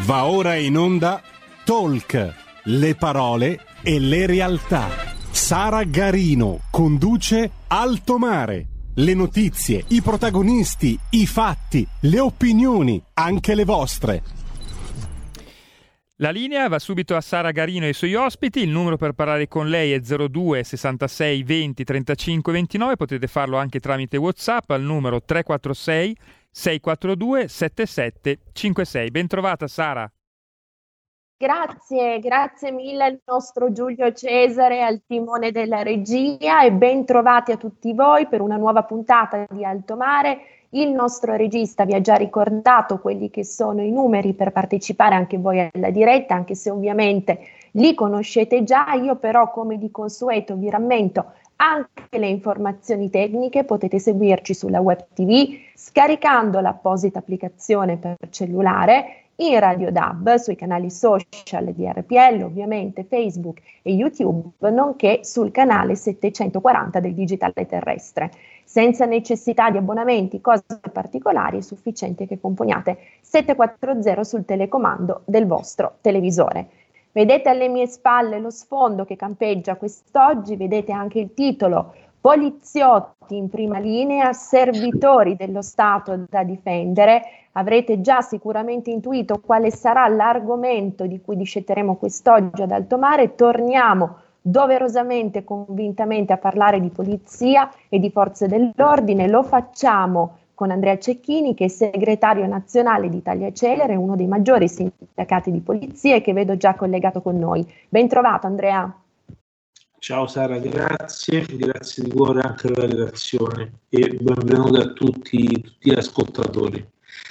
Va ora in onda Talk, le parole e le realtà. Sara Garino conduce Alto Mare. Le notizie, i protagonisti, i fatti, le opinioni, anche le vostre. La linea va subito a Sara Garino e ai suoi ospiti. Il numero per parlare con lei è 02 66 20 35 29. Potete farlo anche tramite WhatsApp al numero 346 642 7756. Bentrovata Sara. Grazie mille al nostro Giulio Cesare al timone della regia e ben trovati a tutti voi per una nuova puntata di Alto Mare. Il nostro regista vi ha già ricordato quelli che sono i numeri per partecipare anche voi alla diretta, anche se ovviamente li conoscete già. Io però, come di consueto, vi rammento anche le informazioni tecniche. Potete seguirci sulla web TV scaricando l'apposita applicazione per cellulare, in Radio DAB, sui canali social di RPL, ovviamente Facebook e YouTube, nonché sul canale 740 del digitale terrestre. Senza necessità di abbonamenti, cose particolari, è sufficiente che componiate 740 sul telecomando del vostro televisore. Vedete alle mie spalle lo sfondo che campeggia quest'oggi, vedete anche il titolo: Poliziotti in prima linea, servitori dello Stato da difendere. Avrete già sicuramente intuito quale sarà l'argomento di cui disceteremo quest'oggi ad Alto Mare. Torniamo doverosamente e convintamente a parlare di polizia e di forze dell'ordine. Lo facciamo con Andrea Cecchini, che è segretario nazionale di Italia Celere, uno dei maggiori sindacati di polizia, e che vedo già collegato con noi. Ben trovato Andrea. Ciao Sara, grazie di cuore anche per la relazione e benvenuti a tutti gli ascoltatori.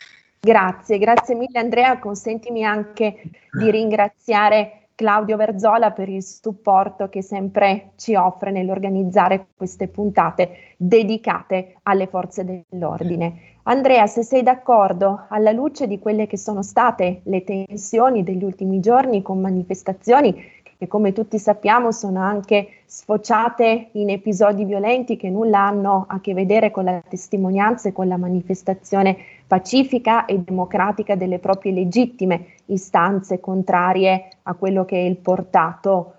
Grazie mille Andrea, consentimi anche di ringraziare Claudio Verzola per il supporto che sempre ci offre nell'organizzare queste puntate dedicate alle forze dell'ordine. Andrea, se sei d'accordo, alla luce di quelle che sono state le tensioni degli ultimi giorni con manifestazioni che, come tutti sappiamo, sono anche sfociate in episodi violenti che nulla hanno a che vedere con la testimonianza e con la manifestazione pacifica e democratica delle proprie legittime istanze contrarie a quello che è il portato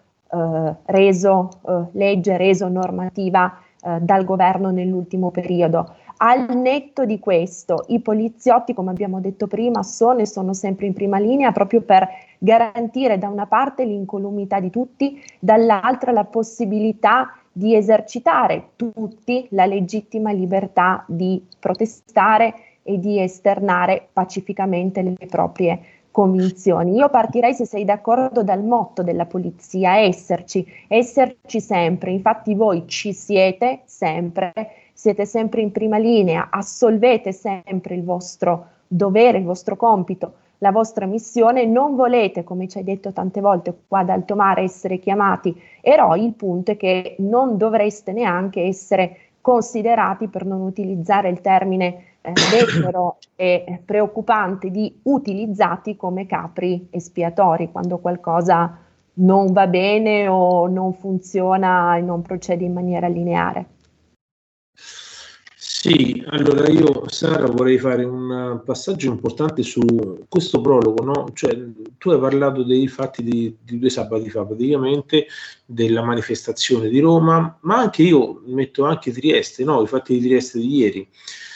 reso legge, reso normativa dal governo nell'ultimo periodo. Al netto di questo, i poliziotti, come abbiamo detto prima, sono e sono sempre in prima linea proprio per garantire da una parte l'incolumità di tutti, dall'altra la possibilità di esercitare tutti la legittima libertà di protestare e di esternare pacificamente le proprie convinzioni. Io partirei, se sei d'accordo, dal motto della polizia: esserci sempre. Infatti voi ci siete sempre in prima linea, assolvete sempre il vostro dovere, il vostro compito, la vostra missione. Non volete, come ci hai detto tante volte qua ad Alto Mare, essere chiamati eroi. Il punto è che non dovreste neanche essere considerati, per non utilizzare il termine becero e preoccupante, di utilizzati come capri espiatori quando qualcosa non va bene o non funziona e non procede in maniera lineare. Sì, allora io, Sara, vorrei fare un passaggio importante su questo prologo, no? Cioè, tu hai parlato dei fatti di 2 sabati fa, praticamente, della manifestazione di Roma, ma anche io metto anche Trieste, no? I fatti di Trieste di ieri.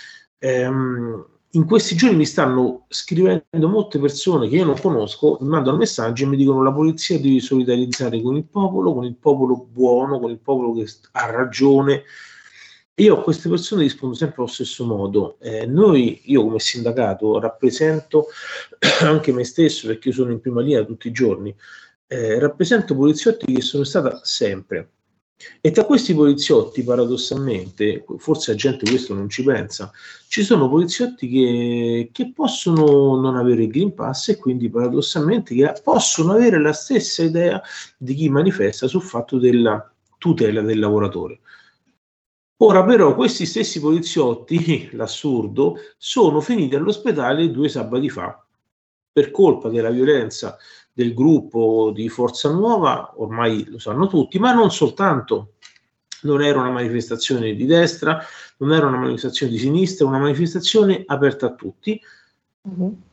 In questi giorni mi stanno scrivendo molte persone che io non conosco, mi mandano messaggi e mi dicono: la polizia deve solidarizzare con il popolo buono, con il popolo che ha ragione. Io a queste persone rispondo sempre allo stesso modo. Io come sindacato rappresento anche me stesso, perché io sono in prima linea tutti i giorni, rappresento poliziotti che sono stata sempre. E tra questi poliziotti, paradossalmente, forse la gente questo non ci pensa, ci sono poliziotti che possono non avere il Green Pass e quindi paradossalmente che possono avere la stessa idea di chi manifesta sul fatto della tutela del lavoratore. Ora però questi stessi poliziotti, l'assurdo, sono finiti all'ospedale 2 sabati fa per colpa della violenza del gruppo di Forza Nuova. Ormai lo sanno tutti, ma non soltanto. Non era una manifestazione di destra, non era una manifestazione di sinistra, una manifestazione aperta a tutti.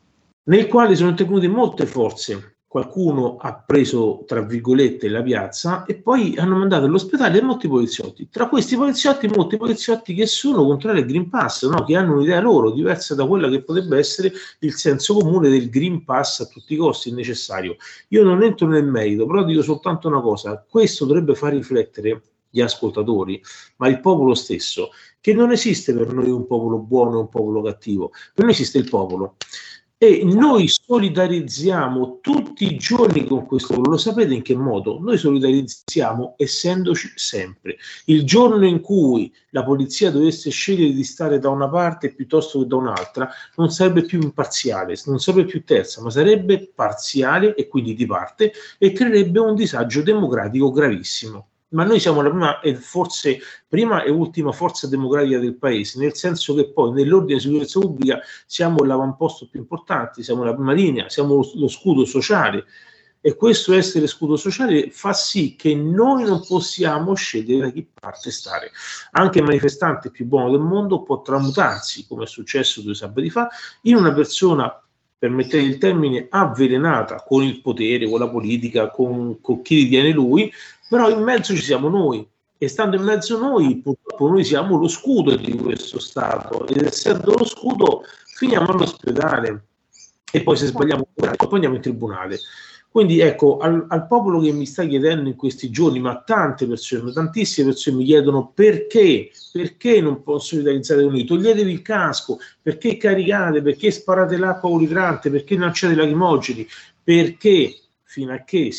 nel quale sono intervenute molte forze. Qualcuno ha preso, tra virgolette, la piazza e poi hanno mandato all'ospedale molti poliziotti. Tra questi poliziotti, molti poliziotti che sono contrari al Green Pass, no? Che hanno un'idea loro diversa da quella che potrebbe essere il senso comune del Green Pass a tutti i costi necessario. Io non entro nel merito, però dico soltanto una cosa: questo dovrebbe far riflettere gli ascoltatori, ma il popolo stesso, che non esiste per noi un popolo buono e un popolo cattivo, per noi esiste il popolo. E noi solidarizziamo tutti i giorni con questo popolo. Lo sapete in che modo? Noi solidarizziamo essendoci sempre. Il giorno in cui la polizia dovesse scegliere di stare da una parte piuttosto che da un'altra, non sarebbe più imparziale, non sarebbe più terza, ma sarebbe parziale e quindi di parte, e creerebbe un disagio democratico gravissimo. Ma noi siamo la prima e forse prima e ultima forza democratica del paese, nel senso che poi nell'ordine di sicurezza pubblica siamo l'avamposto più importante, siamo la prima linea, siamo lo scudo sociale, e questo essere scudo sociale fa sì che noi non possiamo scegliere da chi parte stare. Anche il manifestante più buono del mondo può tramutarsi, come è successo 2 sabati fa, in una persona, permettete il termine, avvelenata con il potere, con la politica, con chi ritiene lui, però in mezzo ci siamo noi, e stando in mezzo noi, purtroppo noi siamo lo scudo di questo Stato, ed essendo lo scudo finiamo all'ospedale, e poi se sbagliamo poi andiamo in tribunale. Quindi ecco, al popolo che mi sta chiedendo in questi giorni, ma tante persone, tantissime persone mi chiedono perché non posso solidarizzare con lui, toglietevi il casco, perché caricate, perché sparate l'acqua colorante, perché lanciate lacrimogeni, perché fino a che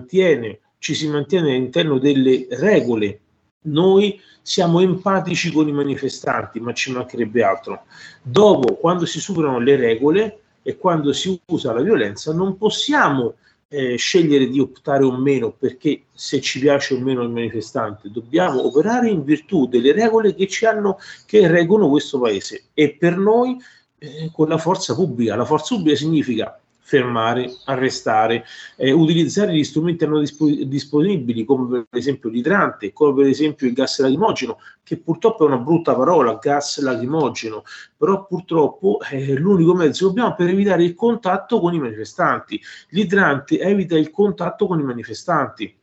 ci si mantiene all'interno delle regole. Noi siamo empatici con i manifestanti, ma ci mancherebbe altro. Dopo, quando si superano le regole e quando si usa la violenza, non possiamo scegliere di optare o meno perché se ci piace o meno il manifestante. Dobbiamo operare in virtù delle regole che reggono questo paese, e per noi con la forza pubblica. La forza pubblica significa fermare, arrestare, utilizzare gli strumenti a noi disponibili, come per esempio l'idrante, come per esempio il gas lacrimogeno, che purtroppo è una brutta parola, gas lacrimogeno, però purtroppo è l'unico mezzo che abbiamo per evitare il contatto con i manifestanti. L'idrante evita il contatto con i manifestanti.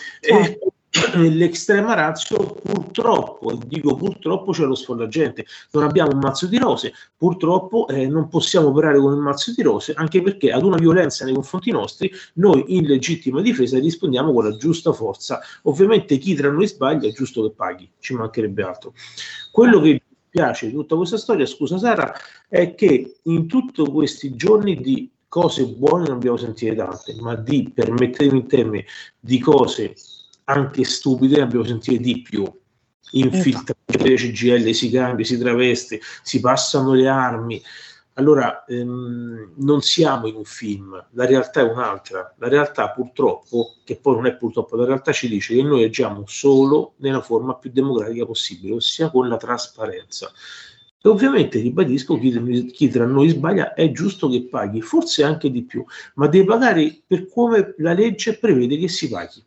Nell'estrema ratio purtroppo, e dico purtroppo, c'è lo sfollagente. Non abbiamo un mazzo di rose, purtroppo non possiamo operare con il mazzo di rose, anche perché ad una violenza nei confronti nostri noi in legittima difesa rispondiamo con la giusta forza. Ovviamente chi tra noi sbaglia è giusto che paghi, ci mancherebbe altro. Quello che mi piace di tutta questa storia, scusa Sara, è che in tutti questi giorni di cose buone non abbiamo sentito tante, ma permettetemi in termini, di cose anche stupide ne abbiamo sentite di più. Infiltrati delle CGIL, si cambia, si traveste, si passano le armi. Allora non siamo in un film, la realtà è un'altra. La realtà purtroppo, che poi non è purtroppo, la realtà ci dice che noi agiamo solo nella forma più democratica possibile, ossia con la trasparenza. E ovviamente, ribadisco, chi tra noi sbaglia è giusto che paghi, forse anche di più, ma deve pagare per come la legge prevede che si paghi.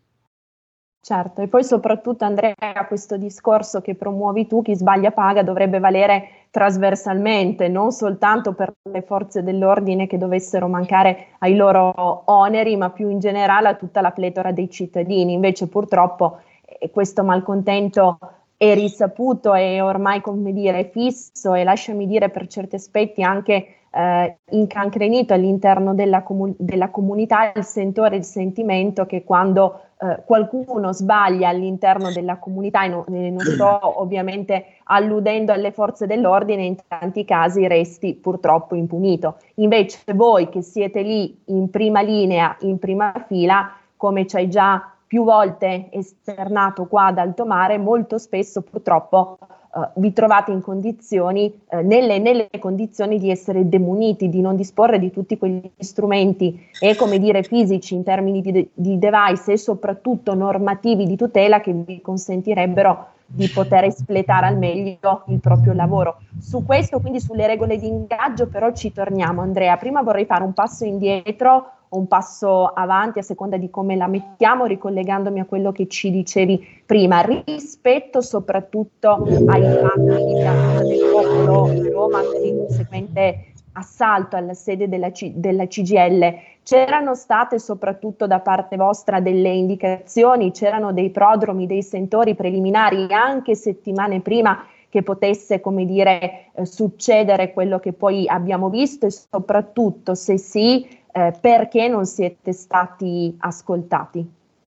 Certo, e poi soprattutto Andrea, questo discorso che promuovi tu, chi sbaglia paga, dovrebbe valere trasversalmente, non soltanto per le forze dell'ordine che dovessero mancare ai loro oneri, ma più in generale a tutta la pletora dei cittadini. Invece purtroppo questo malcontento è risaputo e ormai, come dire, fisso, e lasciami dire per certi aspetti anche incancrenito all'interno della comunità, il sentore, il sentimento che quando qualcuno sbaglia all'interno della comunità, e non sto ovviamente alludendo alle forze dell'ordine, in tanti casi resti purtroppo impunito. Invece voi che siete lì in prima linea, in prima fila, come ci hai già più volte esternato qua ad Alto Mare, molto spesso purtroppo vi trovate in condizioni, nelle condizioni di essere demuniti, di non disporre di tutti quegli strumenti e, come dire, fisici in termini di device e soprattutto normativi di tutela che vi consentirebbero di poter espletare al meglio il proprio lavoro. Su questo, quindi sulle regole di ingaggio, però ci torniamo, Andrea. Prima vorrei fare un passo indietro o un passo avanti a seconda di come la mettiamo, ricollegandomi a quello che ci dicevi prima, rispetto soprattutto ai fatti di piazza del popolo a Roma per il conseguente assalto alla sede della CGIL, c'erano state soprattutto da parte vostra delle indicazioni, c'erano dei prodromi, dei sentori preliminari anche settimane prima che potesse, come dire, succedere quello che poi abbiamo visto, e soprattutto, se sì, perché non siete stati ascoltati?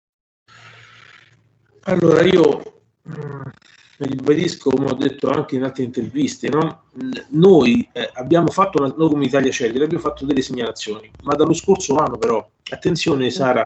Allora, io ribadisco, come ho detto anche in altre interviste, no? Noi abbiamo fatto, noi come Italia Celere abbiamo fatto delle segnalazioni, ma dallo scorso anno però, attenzione Sara,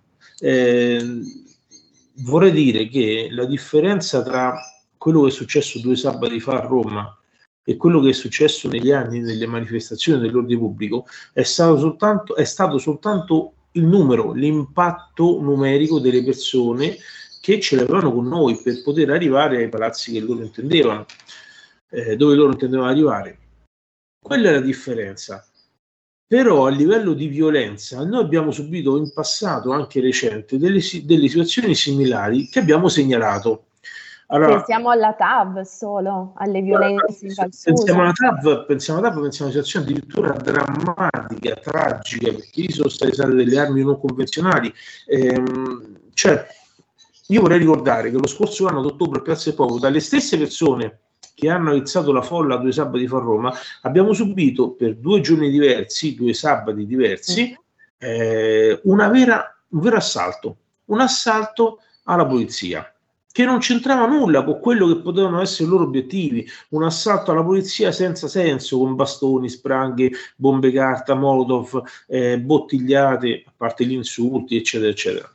vorrei dire che la differenza tra quello che è successo 2 sabati fa a Roma e quello che è successo negli anni nelle manifestazioni dell'ordine pubblico è stato soltanto il numero, l'impatto numerico delle persone che ce l'avevano con noi per poter arrivare ai palazzi che loro intendevano, dove loro intendevano arrivare. Quella è la differenza. Però a livello di violenza noi abbiamo subito in passato, anche recente, delle situazioni similari che abbiamo segnalato. Allora, pensiamo alla TAV solo, alle violenze in Valsusa. Pensiamo alla TAV, pensiamo a una situazione addirittura drammatica, tragica, perché lì sono state usate delle armi non convenzionali. Cioè, io vorrei ricordare che lo scorso anno ad ottobre a Piazza del Popolo, dalle stesse persone che hanno alzato la folla 2 sabati fa a Roma, abbiamo subito per 2 giorni diversi, 2 sabati diversi, un vero assalto, un assalto alla polizia, che non c'entrava nulla con quello che potevano essere i loro obiettivi, un assalto alla polizia senza senso, con bastoni, spranghe, bombe carta, molotov, bottigliate, a parte gli insulti, eccetera, eccetera.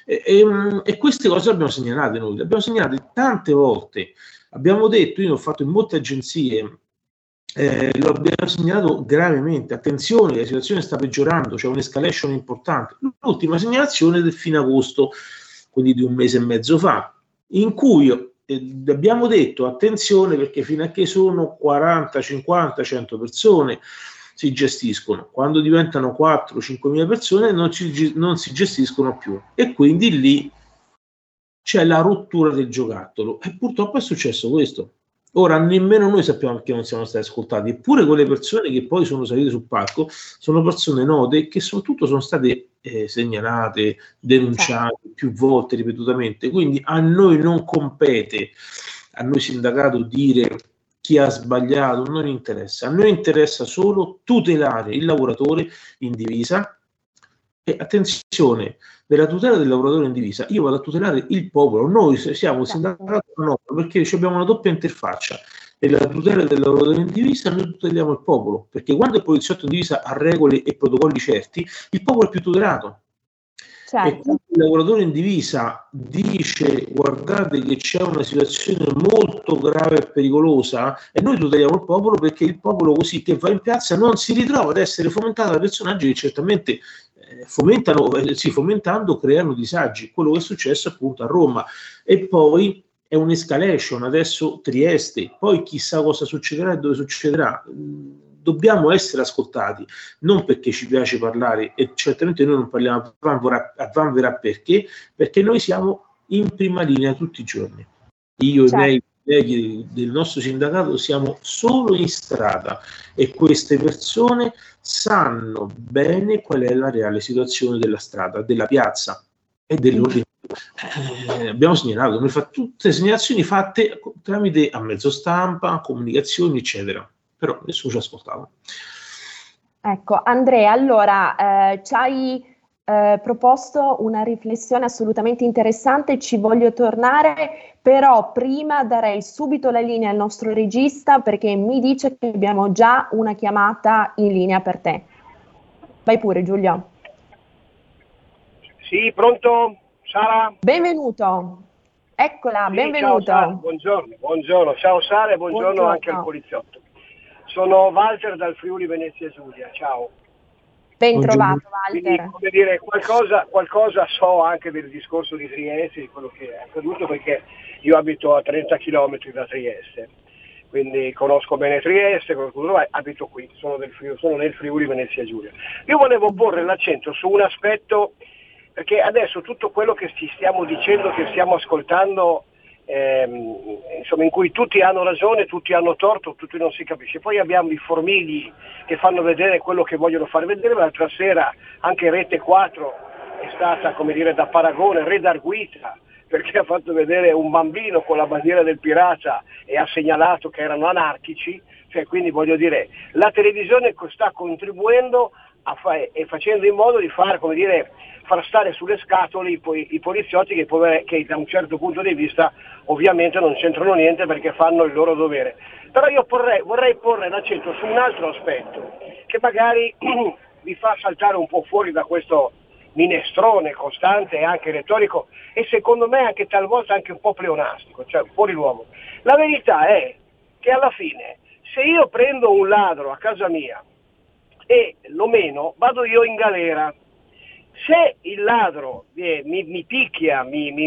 E queste cose le abbiamo segnalate noi, le abbiamo segnalate tante volte. Abbiamo detto, io ho fatto in molte agenzie, lo abbiamo segnalato gravemente, attenzione, la situazione sta peggiorando, c'è un'escalation importante. L'ultima segnalazione del fine agosto, quindi di 1 mese e mezzo fa, in cui abbiamo detto attenzione perché fino a che sono 40, 50, 100 persone si gestiscono, quando diventano 4-5 mila persone non si gestiscono più, e quindi lì c'è la rottura del giocattolo, e purtroppo è successo questo. Ora nemmeno noi sappiamo perché non siamo stati ascoltati, eppure quelle persone che poi sono salite sul palco sono persone note che soprattutto sono state segnalate, denunciate più volte, ripetutamente. Quindi a noi non compete, a noi sindacato, dire chi ha sbagliato, non interessa. A noi interessa solo tutelare il lavoratore in divisa. E attenzione, della tutela del lavoratore in divisa io vado a tutelare il popolo. Noi siamo un sindacato perché abbiamo una doppia interfaccia. Nella tutela del lavoratore in divisa noi tuteliamo il popolo, perché quando il poliziotto in divisa ha regole e protocolli certi, il popolo è più tutelato. Certo. E quando il lavoratore in divisa dice guardate che c'è una situazione molto grave e pericolosa, e noi tuteliamo il popolo, perché il popolo così che va in piazza non si ritrova ad essere fomentato da personaggi che certamente fomentando creano disagi, quello che è successo appunto a Roma. E poi è un'escalation, adesso Trieste, poi chissà cosa succederà e dove succederà. Dobbiamo essere ascoltati, non perché ci piace parlare, e certamente noi non parliamo a vanvera perché noi siamo in prima linea tutti i giorni. Io e i miei colleghi del nostro sindacato siamo solo in strada, e queste persone sanno bene qual è la reale situazione della strada, della piazza e dell'ordine. Abbiamo segnalato, noi fatto tutte le segnalazioni fatte tramite a mezzo stampa, comunicazioni, eccetera, però nessuno ci ha ascoltato. Ecco, Andrea, allora ci hai proposto una riflessione assolutamente interessante, ci voglio tornare, però prima darei subito la linea al nostro regista, perché mi dice che abbiamo già una chiamata in linea per te. Vai pure, Giulio. Sì, pronto? Sara? Benvenuto. Eccola, sì, benvenuto. Ciao, Sara. Buongiorno. Ciao Sara e buongiorno anche al poliziotto. Sono Walter dal Friuli Venezia Giulia, ciao. Ben trovato, Walter. Quindi, come dire, qualcosa so anche del discorso di Trieste, di quello che è accaduto, perché io abito a 30 km da Trieste, quindi conosco bene Trieste, abito qui, sono nel Friuli Venezia Giulia. Io volevo porre l'accento su un aspetto, perché adesso tutto quello che ci stiamo dicendo, che stiamo ascoltando, insomma, in cui tutti hanno ragione, tutti hanno torto, tutti non si capisce. Poi abbiamo i formigli che fanno vedere quello che vogliono far vedere. L'altra sera anche Rete 4 è stata, come dire, da paragone, redarguita, perché ha fatto vedere un bambino con la bandiera del pirata e ha segnalato che erano anarchici. Cioè, quindi voglio dire, la televisione sta contribuendo e facendo in modo di far, come dire, far stare sulle scatole i poliziotti che da un certo punto di vista ovviamente non c'entrano niente perché fanno il loro dovere. Però io vorrei porre l'accento su un altro aspetto che magari vi fa saltare un po' fuori da questo minestrone costante e anche retorico e secondo me anche talvolta anche un po' pleonastico, cioè fuori luogo. La verità è che alla fine, se io prendo un ladro a casa mia e lo meno, vado io in galera. Se il ladro mi picchia,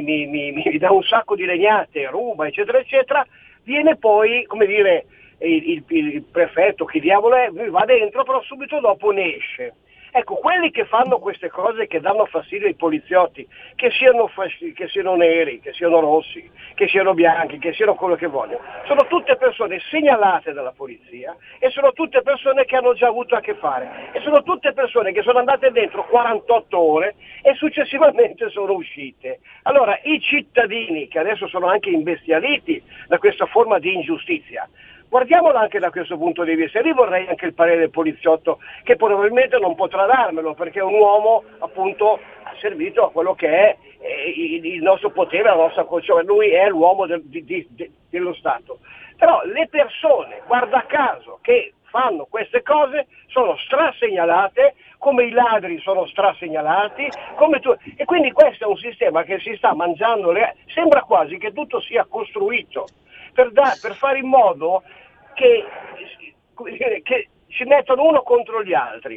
mi dà un sacco di legnate, ruba, eccetera, eccetera, viene poi, come dire, il prefetto, chi diavolo è, va dentro, però subito dopo ne esce. Ecco, quelli che fanno queste cose che danno fastidio ai poliziotti, che siano neri, che siano rossi, che siano bianchi, che siano quello che vogliono, sono tutte persone segnalate dalla polizia e sono tutte persone che hanno già avuto a che fare e sono tutte persone che sono andate dentro 48 ore e successivamente sono uscite. Allora, i cittadini che adesso sono anche imbestialiti da questa forma di ingiustizia, guardiamola anche da questo punto di vista. Lì vorrei anche il parere del poliziotto, che probabilmente non potrà darmelo perché è un uomo, appunto, ha servito a quello che è il nostro potere, la nostra cioè lui è l'uomo dello Stato. Però le persone, guarda caso, che fanno queste cose sono strasegnalate, come i ladri sono strasegnalati, e quindi questo è un sistema che si sta mangiando, sembra quasi che tutto sia costruito per fare in modo che si mettano uno contro gli altri.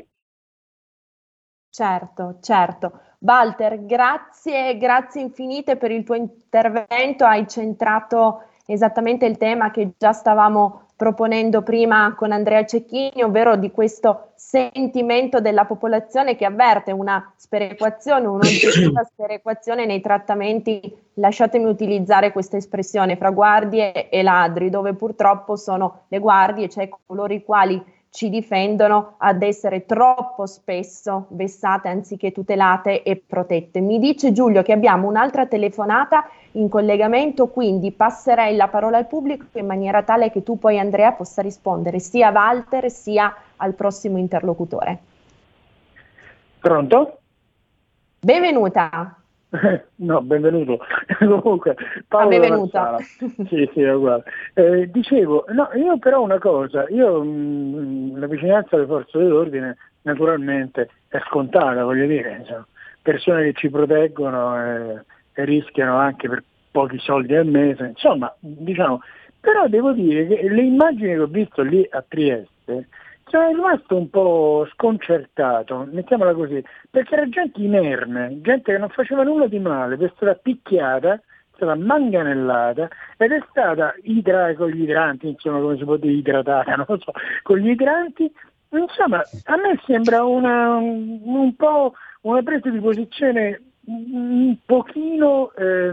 Certo. Walter, grazie infinite per il tuo intervento, hai centrato esattamente il tema che già stavamo proponendo prima con Andrea Cecchini, ovvero di questo sentimento della popolazione che avverte una sperequazione, un'oggettiva sperequazione nei trattamenti, lasciatemi utilizzare questa espressione, fra guardie e ladri, dove purtroppo sono le guardie, cioè coloro i quali ci difendono, ad essere troppo spesso vessate anziché tutelate e protette. Mi dice Giulio che abbiamo un'altra telefonata in collegamento, quindi passerei la parola al pubblico in maniera tale che tu poi, Andrea, possa rispondere sia a Walter sia al prossimo interlocutore. Pronto? Benvenuta. No, benvenuto. Comunque, Paolo benvenuta. Sì, è uguale. Dicevo, no, io però una cosa, la vicinanza alle forze dell'ordine naturalmente è scontata, voglio dire, insomma, persone che ci proteggono e rischiano anche per pochi soldi al mese, insomma, diciamo, però devo dire che le immagini che ho visto lì a Trieste sono rimasto un po' sconcertato, mettiamola così, perché era gente inerme, gente che non faceva nulla di male, è stata picchiata, è stata manganellata ed è stata con gli idranti, insomma, come si può dire, idratata, non lo so, con gli idranti, insomma, a me sembra un po' una presa di posizione un pochino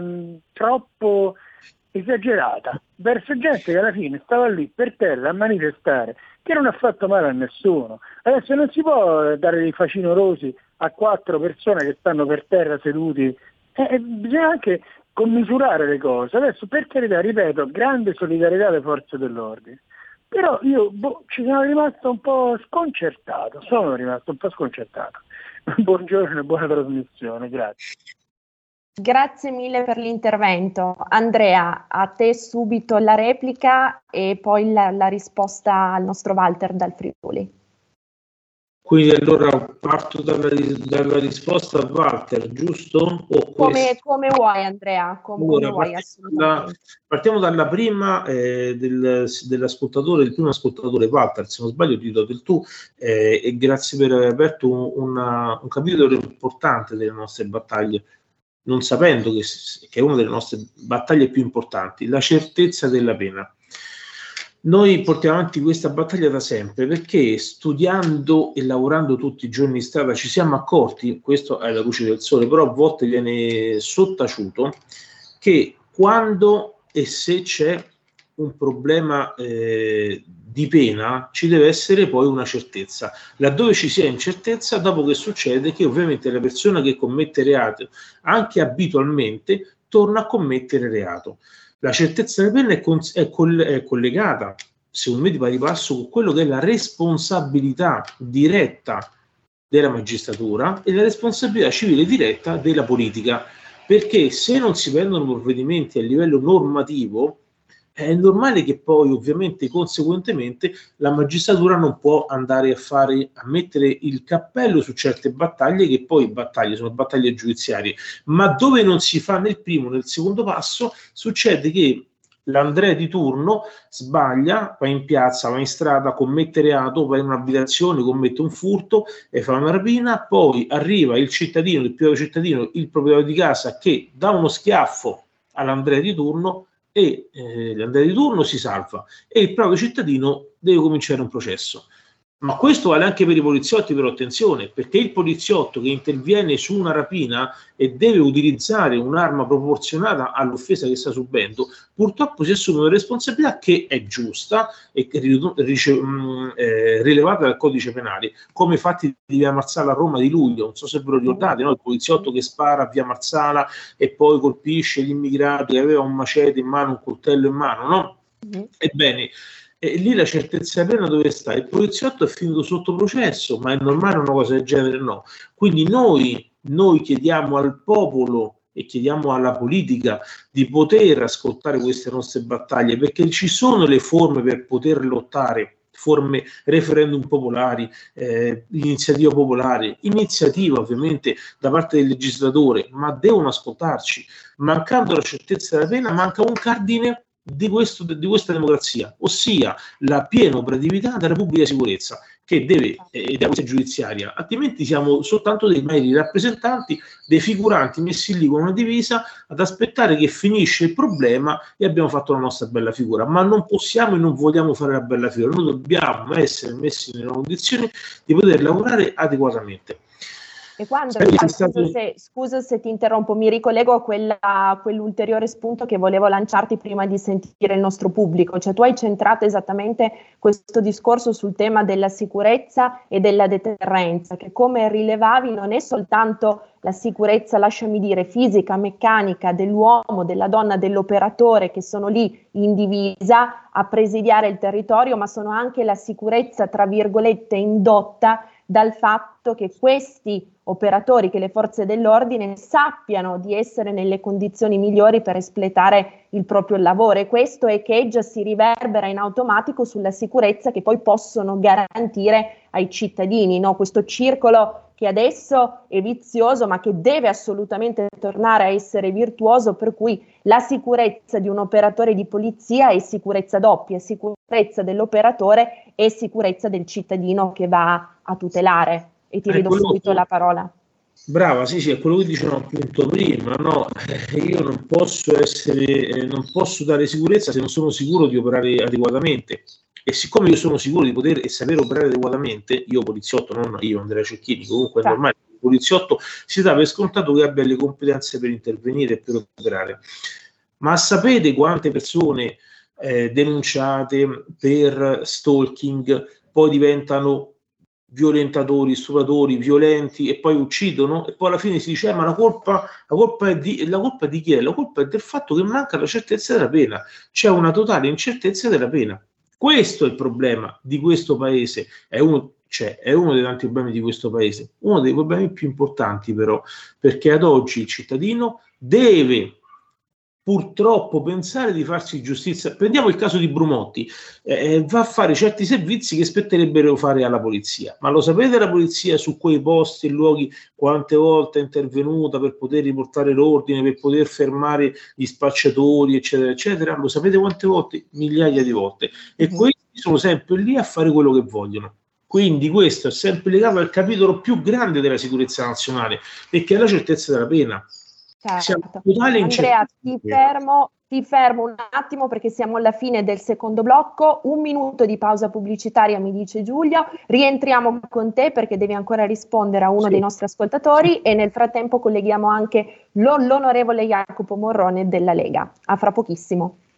troppo esagerata verso gente che alla fine stava lì per terra a manifestare, che non ha fatto male a nessuno. Adesso non si può dare dei facinorosi a 4 persone che stanno per terra seduti, bisogna anche commisurare le cose. Adesso, per carità, ripeto, grande solidarietà alle forze dell'ordine, però io ci sono rimasto un po' sconcertato, Buongiorno e buona trasmissione, grazie. Grazie mille per l'intervento. Andrea, a te subito la replica e poi la risposta al nostro Walter dal Friuli. Quindi allora parto dalla risposta a Walter, giusto? Come vuoi, Andrea, come vuoi, assolutamente. Partiamo dalla prima dell'ascoltatore, il primo ascoltatore, Walter, se non sbaglio ti do del tu, e grazie per aver aperto un capitolo importante delle nostre battaglie, non sapendo che è una delle nostre battaglie più importanti, la certezza della pena. Noi portiamo avanti questa battaglia da sempre perché studiando e lavorando tutti i giorni in strada ci siamo accorti, questo è la luce del sole, però a volte viene sottaciuto, che quando e se c'è un problema di pena ci deve essere poi una certezza. Laddove ci sia incertezza, dopo che succede che ovviamente la persona che commette reato anche abitualmente torna a commettere reato. La certezza della pena è collegata, secondo me, di pari passo con quello che è la responsabilità diretta della magistratura e la responsabilità civile diretta della politica, perché se non si prendono provvedimenti a livello normativo è normale che poi ovviamente conseguentemente la magistratura non può andare a mettere il cappello su certe battaglie, che poi sono battaglie giudiziarie, ma dove non si fa nel primo, nel secondo passo, succede che l'Andrea di turno sbaglia, va in piazza, va in strada, commette reato, va in un'abitazione, commette un furto e fa una rapina, poi arriva il cittadino, il primo cittadino, il proprietario di casa che dà uno schiaffo all'Andrea di turno e l'Andrea di turno si salva e il proprio cittadino deve cominciare un processo. Ma questo vale anche per i poliziotti, però attenzione, perché il poliziotto che interviene su una rapina e deve utilizzare un'arma proporzionata all'offesa che sta subendo, purtroppo si assume una responsabilità che è giusta e rilevata dal codice penale, come i fatti di Via Marsala a Roma di luglio, non so se ve lo ricordate, no? Il poliziotto che spara a Via Marsala e poi colpisce l'immigrato che aveva un macete in mano, un coltello in mano, no? Ebbene, e lì la certezza della pena dove sta? Il poliziotto è finito sotto processo, ma è normale una cosa del genere? No. Quindi noi chiediamo al popolo e chiediamo alla politica di poter ascoltare queste nostre battaglie, perché ci sono le forme per poter lottare, forme referendum popolari, iniziativa popolare, iniziativa ovviamente da parte del legislatore, ma devono ascoltarci. Mancando la certezza della pena manca un cardine di questa democrazia, ossia la piena operatività della pubblica sicurezza, che deve della giudiziaria, altrimenti siamo soltanto dei meri rappresentanti, dei figuranti messi lì con una divisa ad aspettare che finisce il problema e abbiamo fatto la nostra bella figura. Ma non possiamo e non vogliamo fare la bella figura, noi dobbiamo essere messi nelle condizioni di poter lavorare adeguatamente. E quando, scusa se ti interrompo, mi ricollego a quell'ulteriore spunto che volevo lanciarti prima di sentire il nostro pubblico, cioè tu hai centrato esattamente questo discorso sul tema della sicurezza e della deterrenza, che come rilevavi non è soltanto la sicurezza, lasciami dire, fisica, meccanica dell'uomo, della donna, dell'operatore che sono lì in divisa a presidiare il territorio, ma sono anche la sicurezza, tra virgolette, indotta dal fatto che questi operatori, che le forze dell'ordine sappiano di essere nelle condizioni migliori per espletare il proprio lavoro, e questo echeggia, si riverbera in automatico sulla sicurezza che poi possono garantire ai cittadini, no? Questo circolo che adesso è vizioso ma che deve assolutamente tornare a essere virtuoso, per cui la sicurezza di un operatore di polizia è sicurezza doppia, sicurezza dell'operatore e sicurezza del cittadino che va a tutelare. E ti rido subito la parola. Brava, sì, è quello che dicevo appunto prima, no? Io non posso dare sicurezza se non sono sicuro di operare adeguatamente. E siccome io sono sicuro di poter e sapere operare adeguatamente, io poliziotto, non io Andrea Cecchini, comunque è normale, il poliziotto si dà per scontato che abbia le competenze per intervenire e per operare. Ma sapete quante persone denunciate per stalking poi diventano violentatori, stupratori, violenti e poi uccidono, e poi alla fine si dice ma la colpa è di chi è? La colpa è del fatto che manca la certezza della pena, c'è una totale incertezza della pena. Questo è il problema di questo paese, è uno dei tanti problemi di questo paese, uno dei problemi più importanti però, perché ad oggi il cittadino deve purtroppo pensare di farsi giustizia. Prendiamo il caso di Brumotti, va a fare certi servizi che spetterebbero fare alla polizia, ma lo sapete la polizia su quei posti e luoghi quante volte è intervenuta per poter riportare l'ordine, per poter fermare gli spacciatori eccetera eccetera? Lo sapete quante volte? Migliaia di volte, e questi sono sempre lì a fare quello che vogliono. Quindi questo è sempre legato al capitolo più grande della sicurezza nazionale, perché è la certezza della pena. Certo. Andrea, ti fermo un attimo perché siamo alla fine del secondo blocco, 1 minuto di pausa pubblicitaria mi dice Giulio, rientriamo con te perché devi ancora rispondere a uno dei nostri ascoltatori e nel frattempo colleghiamo anche l'onorevole Jacopo Morrone della Lega. A fra pochissimo.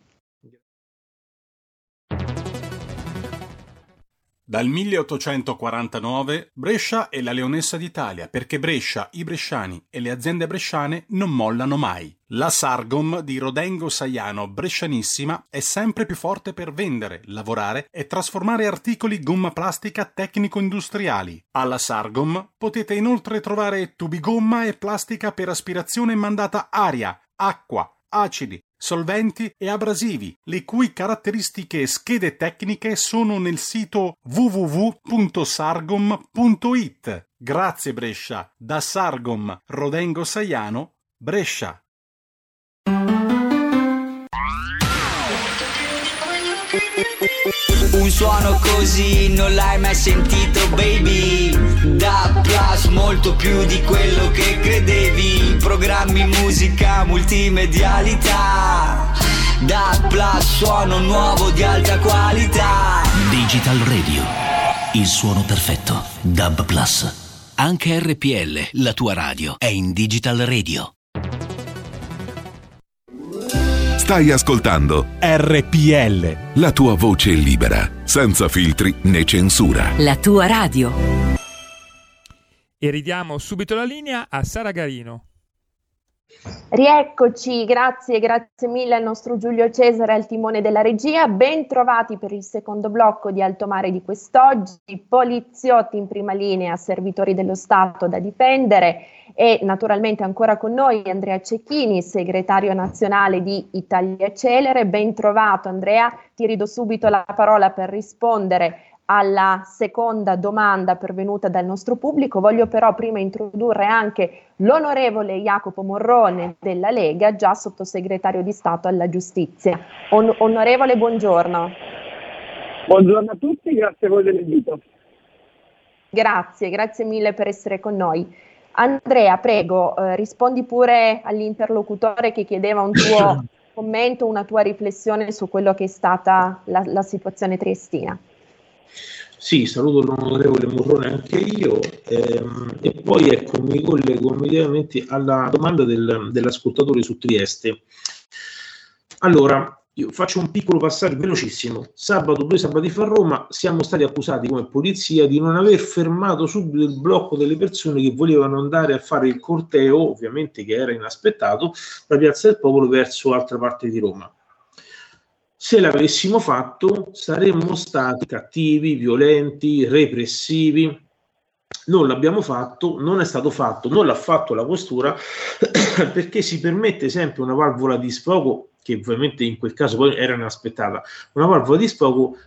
Dal 1849 Brescia è la leonessa d'Italia, perché Brescia, i bresciani e le aziende bresciane non mollano mai. La Sargom di Rodengo Saiano Brescianissima è sempre più forte per vendere, lavorare e trasformare articoli gomma plastica tecnico-industriali. Alla Sargom potete inoltre trovare tubi gomma e plastica per aspirazione mandata aria, acqua, acidi, solventi e abrasivi, le cui caratteristiche e schede tecniche sono nel sito www.sargom.it. Grazie Brescia, da Sargom Rodengo Saiano, Brescia. Un suono così non l'hai mai sentito, baby. Da Plus, molto più di quello che credevi. Programmi, musica, multimedialità. Da Plus, suono nuovo di alta qualità. Digital Radio, il suono perfetto. DAB Plus. Anche RPL, la tua radio, è in Digital Radio. Stai ascoltando RPL, la tua voce libera, senza filtri né censura. La tua radio. E ridiamo subito la linea a Sara Garino. Rieccoci, grazie mille al nostro Giulio Cesare al timone della regia. Ben trovati per il secondo blocco di Alto Mare di quest'oggi. Poliziotti in prima linea, servitori dello Stato da difendere, e naturalmente ancora con noi Andrea Cecchini, segretario nazionale di Italia Celere. Ben trovato Andrea, ti rido subito la parola per rispondere alla seconda domanda pervenuta dal nostro pubblico. Voglio però prima introdurre anche l'onorevole Jacopo Morrone della Lega, già sottosegretario di Stato alla Giustizia. Onorevole, buongiorno. Buongiorno a tutti, grazie a voi dell'invito. Grazie mille per essere con noi. Andrea, prego, rispondi pure all'interlocutore che chiedeva un tuo commento, una tua riflessione su quello che è stata la situazione triestina. Sì, saluto l'onorevole Morrone anche io, e poi ecco, mi collego immediatamente alla domanda dell'ascoltatore su Trieste. Allora, io faccio un piccolo passaggio velocissimo. Due sabati fa a Roma siamo stati accusati come polizia di non aver fermato subito il blocco delle persone che volevano andare a fare il corteo, ovviamente che era inaspettato, da Piazza del Popolo verso altra parte di Roma. Se l'avessimo fatto saremmo stati cattivi, violenti, repressivi. Non l'abbiamo fatto, non è stato fatto, non l'ha fatto la questura perché si permette sempre una valvola di sfogo, che ovviamente in quel caso poi era inaspettata, una valvola di sfogo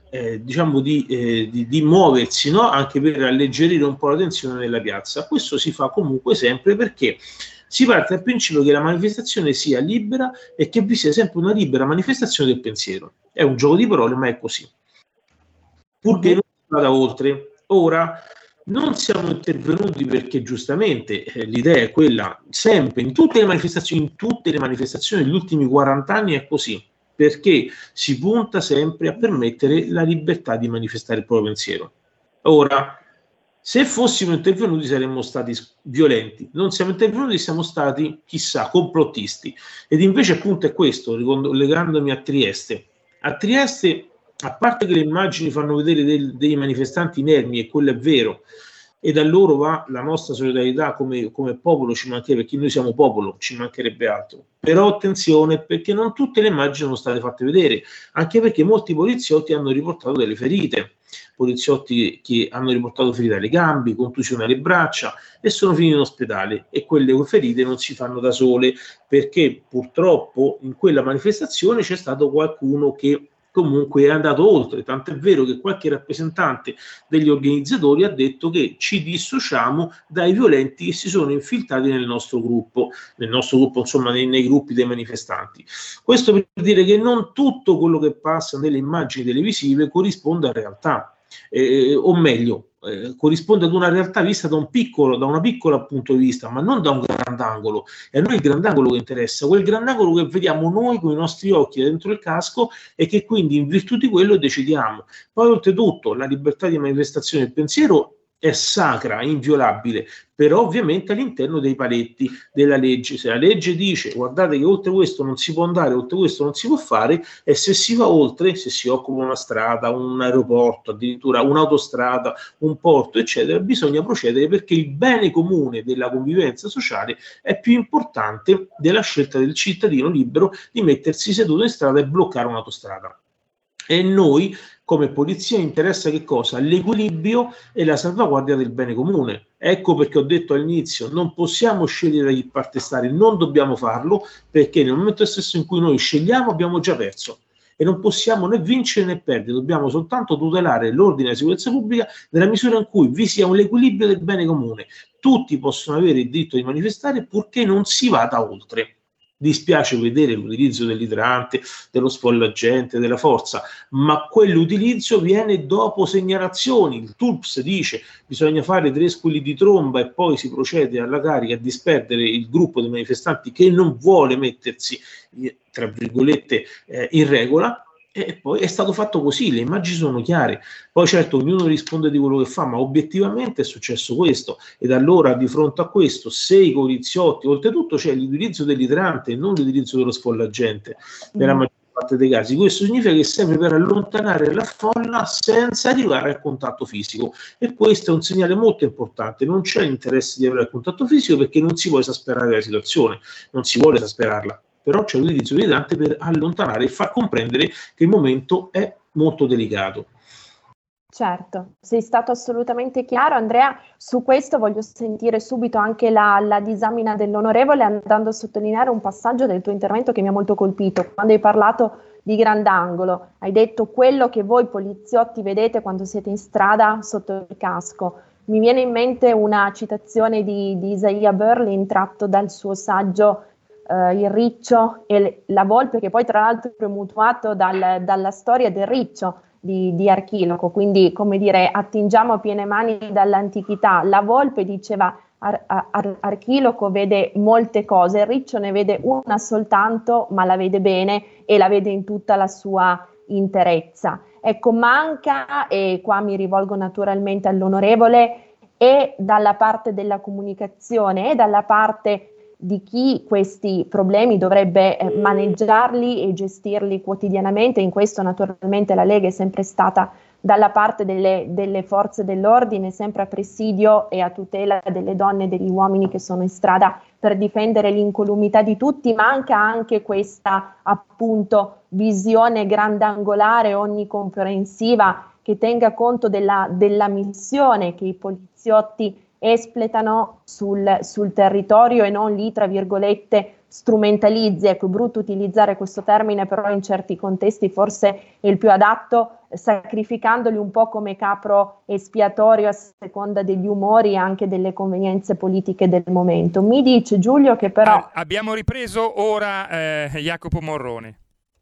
di muoversi, no? Anche per alleggerire un po' la tensione nella piazza. Questo si fa comunque sempre perché si parte dal principio che la manifestazione sia libera e che vi sia sempre una libera manifestazione del pensiero. È un gioco di parole, ma è così. Purché non si vada oltre. Ora, non siamo intervenuti perché giustamente l'idea è quella, sempre, in tutte le manifestazioni degli ultimi 40 anni è così, perché si punta sempre a permettere la libertà di manifestare il proprio pensiero. Ora, se fossimo intervenuti saremmo stati violenti, non siamo intervenuti, siamo stati, chissà, complottisti. Ed invece appunto è questo, ricollegandomi a Trieste. A Trieste, a parte che le immagini fanno vedere dei manifestanti inermi, e quello è vero, e da loro va la nostra solidarietà come popolo, ci mancherebbe, perché noi siamo popolo, ci mancherebbe altro. Però attenzione, perché non tutte le immagini sono state fatte vedere, anche perché molti poliziotti hanno riportato delle ferite, poliziotti che hanno riportato ferite alle gambe, contusioni alle braccia, e sono finiti in ospedale, e quelle ferite non si fanno da sole, perché purtroppo in quella manifestazione c'è stato qualcuno che comunque è andato oltre, tant'è vero che qualche rappresentante degli organizzatori ha detto che ci dissociamo dai violenti che si sono infiltrati nel nostro gruppo insomma nei gruppi dei manifestanti. Questo per dire che non tutto quello che passa nelle immagini televisive corrisponde a realtà, o meglio, corrisponde ad una realtà vista da una piccola punto di vista, ma non da un grandangolo. E a noi il grandangolo che interessa, quel grandangolo che vediamo noi con i nostri occhi dentro il casco, e che quindi in virtù di quello decidiamo. Poi oltretutto la libertà di manifestazione del pensiero è sacra, inviolabile, però ovviamente all'interno dei paletti della legge. Se la legge dice guardate che oltre questo non si può andare, oltre questo non si può fare, e se si va oltre, se si occupa una strada, un aeroporto, addirittura un'autostrada, un porto, eccetera, bisogna procedere, perché il bene comune della convivenza sociale è più importante della scelta del cittadino libero di mettersi seduto in strada e bloccare un'autostrada. E noi come polizia interessa che cosa? L'equilibrio e la salvaguardia del bene comune. Ecco perché ho detto all'inizio, non possiamo scegliere da che parte stare, non dobbiamo farlo, perché nel momento stesso in cui noi scegliamo abbiamo già perso e non possiamo né vincere né perdere, dobbiamo soltanto tutelare l'ordine e la sicurezza pubblica nella misura in cui vi sia un equilibrio del bene comune. Tutti possono avere il diritto di manifestare purché non si vada oltre. Dispiace vedere l'utilizzo dell'idrante, dello sfollagente, della forza, ma quell'utilizzo viene dopo segnalazioni. Il TULPS dice bisogna fare 3 squilli di tromba e poi si procede alla carica a disperdere il gruppo dei manifestanti che non vuole mettersi, tra virgolette, in regola. E poi è stato fatto così, le immagini sono chiare. Poi certo ognuno risponde di quello che fa, ma obiettivamente è successo questo. Ed allora di fronte a questo, se i poliziotti, oltretutto c'è l'utilizzo dell'idrante e non l'utilizzo dello sfollagente nella maggior parte dei casi, questo significa che è sempre per allontanare la folla senza arrivare al contatto fisico, e questo è un segnale molto importante. Non c'è interesse di avere il contatto fisico perché non si vuole esasperare la situazione, non si vuole esasperarla, però c'è l'utilizzo di idrante per allontanare e far comprendere che il momento è molto delicato. Certo, sei stato assolutamente chiaro, Andrea. Su questo voglio sentire subito anche la disamina dell'onorevole, andando a sottolineare un passaggio del tuo intervento che mi ha molto colpito. Quando hai parlato di grandangolo, hai detto quello che voi poliziotti vedete quando siete in strada sotto il casco. Mi viene in mente una citazione di Isaiah Berlin tratto dal suo saggio Il riccio e la volpe, che poi tra l'altro è mutuato dalla storia del riccio di Archiloco, quindi come dire attingiamo a piene mani dall'antichità. La volpe, diceva Archiloco, vede molte cose, il riccio ne vede una soltanto, ma la vede bene e la vede in tutta la sua interezza. Ecco, manca, e qua mi rivolgo naturalmente all'onorevole, e dalla parte della comunicazione e dalla parte di chi questi problemi dovrebbe maneggiarli e gestirli quotidianamente. In questo naturalmente la Lega è sempre stata dalla parte delle forze dell'ordine, sempre a presidio e a tutela delle donne e degli uomini che sono in strada per difendere l'incolumità di tutti. Manca anche questa appunto visione grandangolare, onnicomprensiva, che tenga conto della missione che i poliziotti espletano sul territorio e non lì, tra virgolette, strumentalizzi. Ecco, è brutto utilizzare questo termine, però in certi contesti forse è il più adatto, sacrificandoli un po' come capro espiatorio a seconda degli umori e anche delle convenienze politiche del momento. Mi dice Giulio che però... Abbiamo ripreso ora Jacopo Morrone.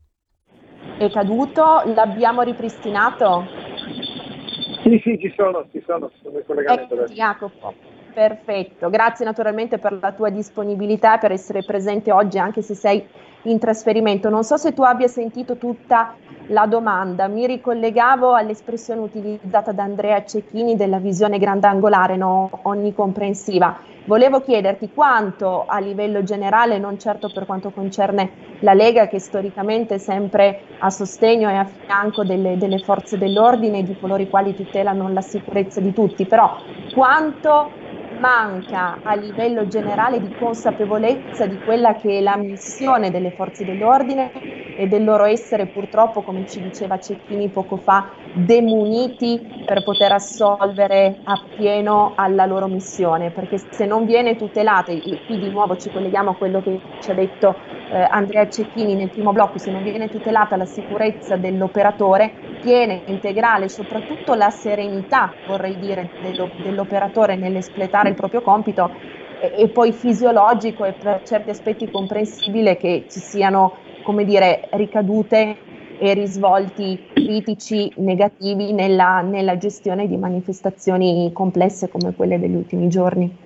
È caduto? L'abbiamo ripristinato? Sì, ci sono in collegamento. Ecco, Jacopo, perfetto. Grazie naturalmente per la tua disponibilità e per essere presente oggi, anche se sei in trasferimento. Non so se tu abbia sentito tutta la domanda. Mi ricollegavo all'espressione utilizzata da Andrea Cecchini della visione grandangolare, no? Onnicomprensiva. Volevo chiederti quanto a livello generale, non certo per quanto concerne la Lega, che storicamente è sempre a sostegno e a fianco delle forze dell'ordine e di coloro i quali tutelano la sicurezza di tutti, però quanto manca a livello generale di consapevolezza di quella che è la missione delle forze dell'ordine e del loro essere, purtroppo, come ci diceva Cecchini poco fa, demuniti per poter assolvere appieno alla loro missione, perché se non viene tutelata, e qui di nuovo ci colleghiamo a quello che ci ha detto Andrea Cecchini nel primo blocco, se non viene tutelata la sicurezza dell'operatore piena, integrale, soprattutto la serenità, vorrei dire, dell'operatore nell'espletare il proprio compito, e poi fisiologico e per certi aspetti comprensibile che ci siano, come dire, ricadute e risvolti critici negativi nella gestione di manifestazioni complesse come quelle degli ultimi giorni.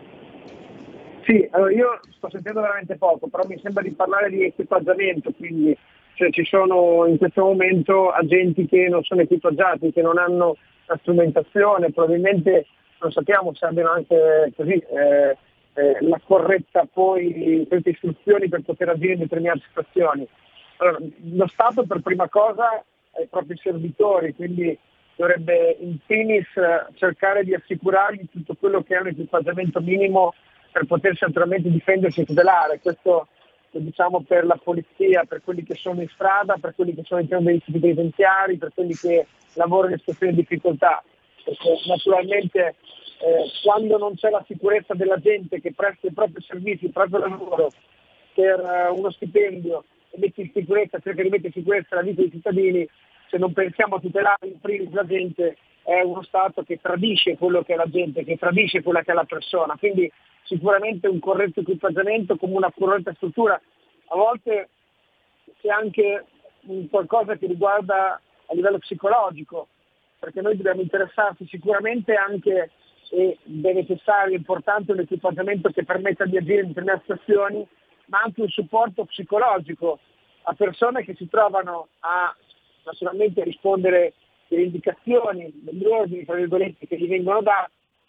Sì, allora io sto sentendo veramente poco, però mi sembra di parlare di equipaggiamento, quindi ci sono in questo momento agenti che non sono equipaggiati, che non hanno la strumentazione, probabilmente non sappiamo se abbiano anche così la corretta poi queste istruzioni per poter agire in determinate situazioni. Allora, lo Stato per prima cosa ai propri servitori, quindi dovrebbe in primis cercare di assicurargli tutto quello che è un equipaggiamento minimo per potersi naturalmente difendersi e tutelare. Questo lo diciamo per la polizia, per quelli che sono in strada, per quelli che sono all'interno degli istituti penitenziari, per quelli che lavorano in situazioni di difficoltà. Perché naturalmente quando non c'è la sicurezza della gente che presta i propri servizi, il proprio lavoro per uno stipendio e mette in sicurezza, cerca di mettere in sicurezza la vita dei cittadini, se non pensiamo a tutelare in primis la gente, è uno Stato che tradisce quello che è la gente, che tradisce quella che è la persona. Quindi sicuramente un corretto equipaggiamento come una corretta struttura. A volte c'è anche qualcosa che riguarda a livello psicologico, perché noi dobbiamo interessarci sicuramente anche, ed è necessario, importante un equipaggiamento che permetta di agire in determinate situazioni, ma anche un supporto psicologico a persone che si trovano a naturalmente rispondere delle indicazioni, degli ordini, tra virgolette, che gli vengono dati,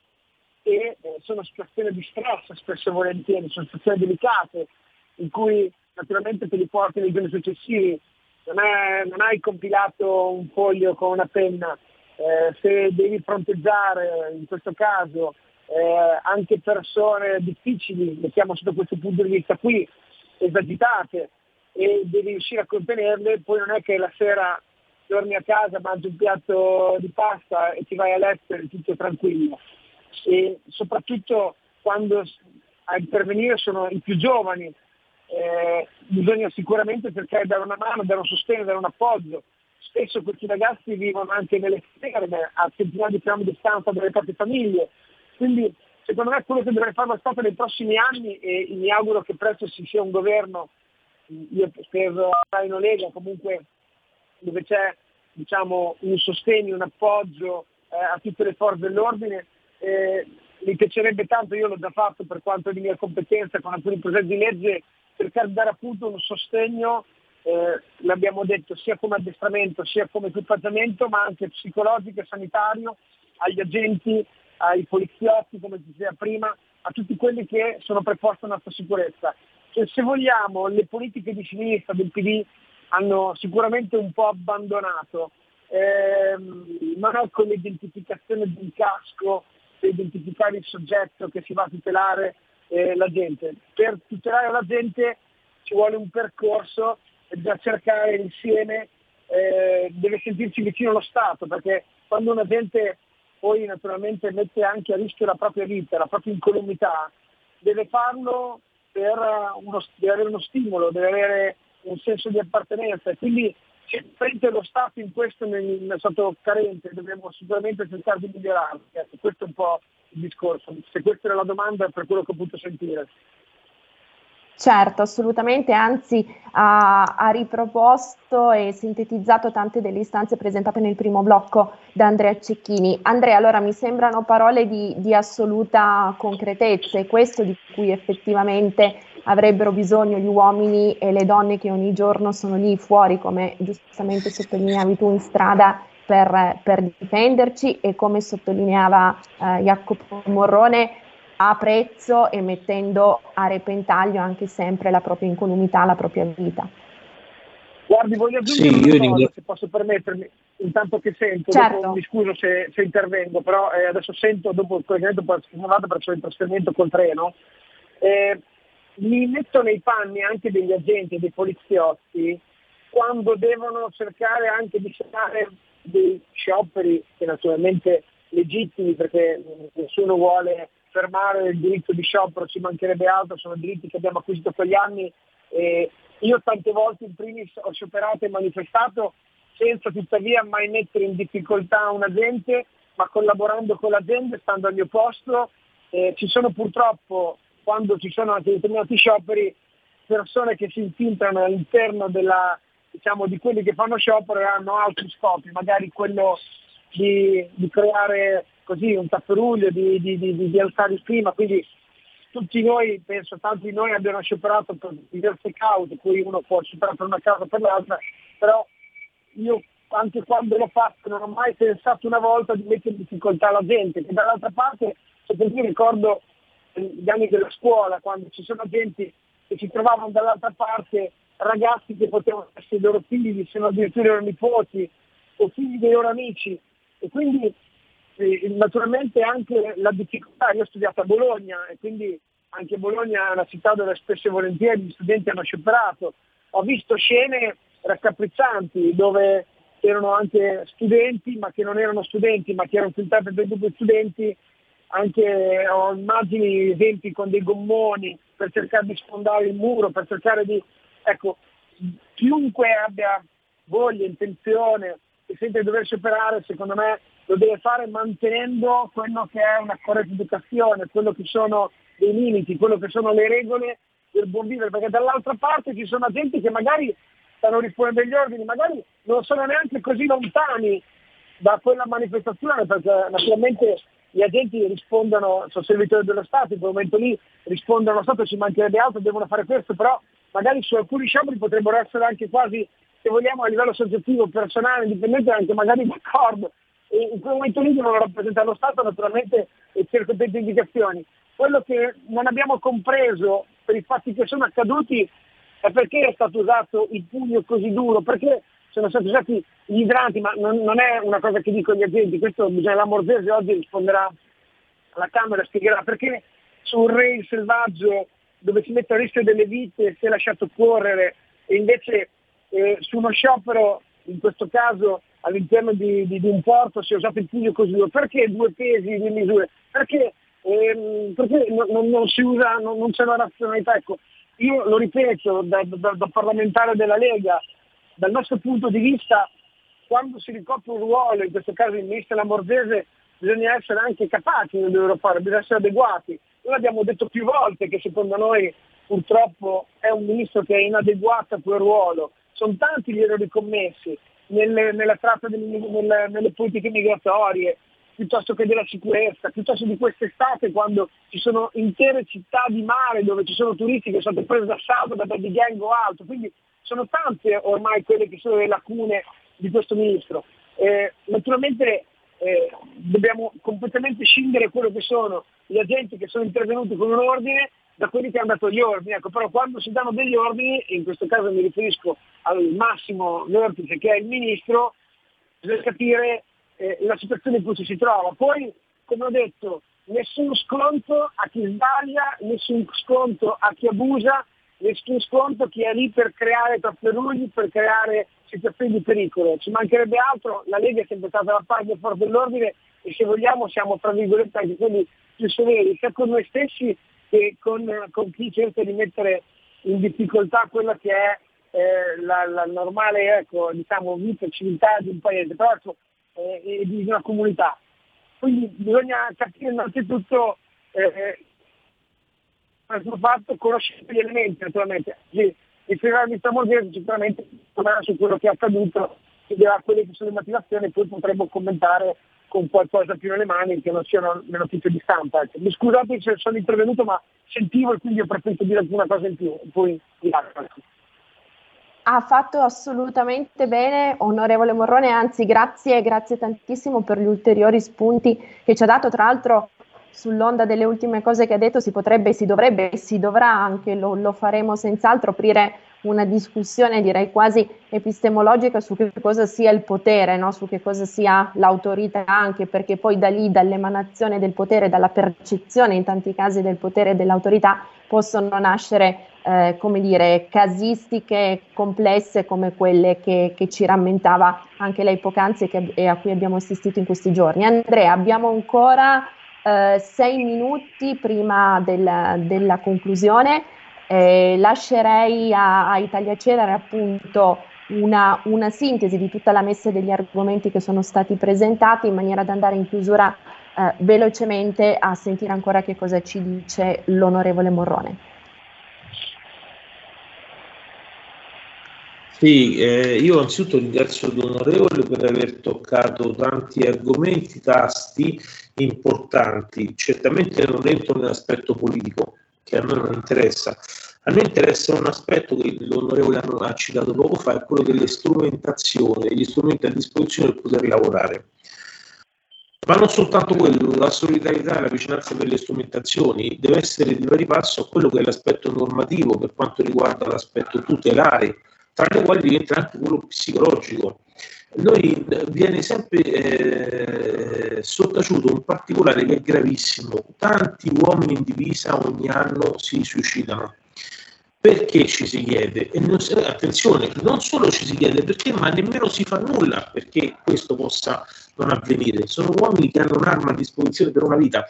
e sono situazioni di stress spesso e volentieri, sono situazioni delicate in cui naturalmente te li porti nei giorni successivi, non hai compilato un foglio con una penna, se devi fronteggiare in questo caso anche persone difficili, mettiamo sotto questo punto di vista qui, esagitate, e devi riuscire a contenerle, poi non è che la sera torni a casa, mangi un piatto di pasta e ti vai a letto e tutto tranquillo. E soprattutto quando a intervenire sono i più giovani, bisogna sicuramente cercare di dare una mano, dare un sostegno, dare un appoggio. Spesso questi ragazzi vivono anche nelle ferme, a centinaia di chilometri di distanza dalle proprie famiglie, quindi secondo me quello che dovrebbe fare lo Stato nei prossimi anni, e mi auguro che presto ci sia un governo, io spero in Lega comunque, dove c'è diciamo un sostegno, un appoggio a tutte le forze dell'ordine. Mi piacerebbe tanto, io l'ho già fatto per quanto di mia competenza con alcuni progetti di legge, cercare di dare appunto un sostegno, l'abbiamo detto, sia come addestramento sia come equipaggiamento, ma anche psicologico e sanitario agli agenti, ai poliziotti, come si diceva prima, a tutti quelli che sono preposti alla nostra sicurezza. E se vogliamo, le politiche di sinistra del PD hanno sicuramente un po' abbandonato, non è con l'identificazione di un casco per identificare il soggetto che si va a tutelare la gente. Per tutelare la gente ci vuole un percorso e bisogna cercare insieme, deve sentirci vicino lo Stato, perché quando una gente poi naturalmente mette anche a rischio la propria vita, la propria incolumità, deve farlo deve avere uno stimolo, deve avere un senso di appartenenza, e quindi frente allo Stato in questo è stato carente, dobbiamo sicuramente cercare di migliorarlo. Questo è un po' il discorso, se questa era la domanda, per quello che ho potuto sentire. Certo, assolutamente, anzi ha riproposto e sintetizzato tante delle istanze presentate nel primo blocco da Andrea Cecchini. Andrea, allora mi sembrano parole di assoluta concretezza, e questo di cui effettivamente avrebbero bisogno gli uomini e le donne che ogni giorno sono lì fuori, come giustamente sottolineavi tu, in strada per difenderci, e come sottolineava Jacopo Morrone, a prezzo e mettendo a repentaglio anche sempre la propria incolumità, la propria vita. Guardi, voglio aggiungere una cosa, se posso permettermi, intanto che sento, certo. Dopo, mi scuso se intervengo, però adesso sento, dopo il collegamento perché ho il trasferimento col treno, mi metto nei panni anche degli agenti e dei poliziotti quando devono cercare anche di fare dei scioperi, che naturalmente legittimi, perché nessuno vuole fermare il diritto di sciopero, ci mancherebbe altro, sono diritti che abbiamo acquisito con gli anni. Io tante volte in primis ho scioperato e manifestato senza tuttavia mai mettere in difficoltà un agente, ma collaborando con l'agente, stando al mio posto. Ci sono purtroppo, quando ci sono anche determinati scioperi, persone che si infiltrano all'interno di quelli che fanno sciopero e hanno altri scopi, magari quello di creare così un tapperuglio, di alzare il clima. Quindi tutti noi, penso tanti di noi abbiano scioperato per diverse cause, poi uno può scioperare per una causa o per l'altra, però io anche quando l'ho fatto non ho mai pensato una volta di mettere in difficoltà la gente, che dall'altra parte, perché io ricordo gli anni della scuola, quando ci sono agenti che si trovavano dall'altra parte, ragazzi che potevano essere i loro figli, se non addirittura i loro nipoti o figli dei loro amici, e quindi naturalmente anche la difficoltà. Io ho studiato a Bologna e quindi anche Bologna è una città dove spesso e volentieri gli studenti hanno scioperato. Ho visto scene raccapriccianti dove erano anche studenti ma che non erano studenti, ma che erano filtrati per due studenti. Anche ho immagini, esempi con dei gommoni per cercare di sfondare il muro, per cercare di... Ecco, chiunque abbia voglia, intenzione e sente di dover superare, secondo me lo deve fare mantenendo quello che è una corretta educazione, quello che sono dei limiti, quello che sono le regole del buon vivere, perché dall'altra parte ci sono agenti che magari stanno rispondendo agli ordini, magari non sono neanche così lontani da quella manifestazione, perché naturalmente gli agenti rispondono, sono servitori dello Stato, in quel momento lì rispondono allo Stato, ci mancherebbe altro, devono fare questo, però magari su alcuni scioperi potrebbero essere anche quasi, se vogliamo, a livello soggettivo, personale, indipendente, anche magari d'accordo, e in quel momento lì devono rappresentare lo Stato naturalmente e certe indicazioni. Quello che non abbiamo compreso per i fatti che sono accaduti è perché è stato usato il pugno così duro, perché sono stati usati gli idranti, ma non è una cosa che dicono gli agenti, questo bisogna, la Morzese oggi risponderà alla Camera, spiegherà perché su un rail selvaggio dove si mette a rischio delle vite si è lasciato correre, e invece su uno sciopero, in questo caso all'interno di un porto, si è usato il pugno così duro. Perché due pesi, due misure? Perché non si usa, non c'è la razionalità. Ecco, io lo ripeto, da parlamentare della Lega, dal nostro punto di vista, quando si ricopre un ruolo, in questo caso il ministro Lamorgese, bisogna essere anche capaci nel dover fare, bisogna essere adeguati. Noi abbiamo detto più volte che secondo noi purtroppo è un ministro che è inadeguato a quel ruolo. Sono tanti gli errori commessi nella tratta nelle politiche migratorie, piuttosto che della sicurezza, piuttosto di quest'estate, quando ci sono intere città di mare dove ci sono turisti che sono presi d'assalto da baby gang o altro. Quindi sono tante ormai quelle che sono le lacune di questo ministro. Naturalmente dobbiamo completamente scindere quello che sono gli agenti che sono intervenuti con un ordine da quelli che hanno dato gli ordini. Ecco, però quando si danno degli ordini, e in questo caso mi riferisco al massimo vertice che è il ministro, bisogna capire la situazione in cui ci si trova. Poi, come ho detto, nessun sconto a chi sbaglia, nessun sconto a chi abusa, nessun sconto a chi è lì per creare tafferugli, per creare situazioni di pericolo. Ci mancherebbe altro, la Lega è sempre stata dalla parte del forze dell'ordine e se vogliamo siamo tra virgolette anche quelli più severi, sia con noi stessi che con chi cerca di mettere in difficoltà quella che è la normale, ecco, diciamo, vita e civiltà di un paese, però ecco, di una comunità. Quindi bisogna capire innanzitutto questo fatto, conoscere gli elementi naturalmente. Il finale di Morzese sicuramente su quello che è accaduto, chiederà quelle che sono le motivazioni, poi potremo commentare con qualcosa più nelle mani che non siano le notizie di stampa. Mi scusate se sono intervenuto, ma sentivo e quindi ho preferito dire alcuna cosa in più. Poi ha fatto assolutamente bene, onorevole Morrone, anzi grazie tantissimo per gli ulteriori spunti che ci ha dato. Tra l'altro, sull'onda delle ultime cose che ha detto, si potrebbe, si dovrebbe e si dovrà anche, lo faremo senz'altro, aprire una discussione direi quasi epistemologica su che cosa sia il potere, no? Su che cosa sia l'autorità, anche perché poi da lì, dall'emanazione del potere, dalla percezione in tanti casi del potere e dell'autorità, possono nascere come dire, casistiche complesse come quelle che ci rammentava anche lei poc'anzi e a cui abbiamo assistito in questi giorni. Andrea, abbiamo ancora 6 minuti prima della conclusione. Lascerei a Italia Celere appunto una sintesi di tutta la messe degli argomenti che sono stati presentati, in maniera da andare in chiusura velocemente a sentire ancora che cosa ci dice l'onorevole Morrone. Sì, io anzitutto ringrazio l'onorevole per aver toccato tanti argomenti, tasti importanti. Certamente non entro nell'aspetto politico, che a noi non interessa, A me interessa un aspetto che l'onorevole ha citato poco fa, è quello delle strumentazioni, gli strumenti a disposizione per poter lavorare. Ma non soltanto quello, la solidarietà e la vicinanza per le strumentazioni deve essere di pari passo a quello che è l'aspetto normativo per quanto riguarda l'aspetto tutelare, tra le quali rientra anche quello psicologico. Noi viene sempre sottaciuto un particolare che è gravissimo: tanti uomini in divisa ogni anno si suicidano. Perché ci si chiede? E attenzione, non solo ci si chiede perché, ma nemmeno si fa nulla perché questo possa non avvenire. Sono uomini che hanno un'arma a disposizione per una vita,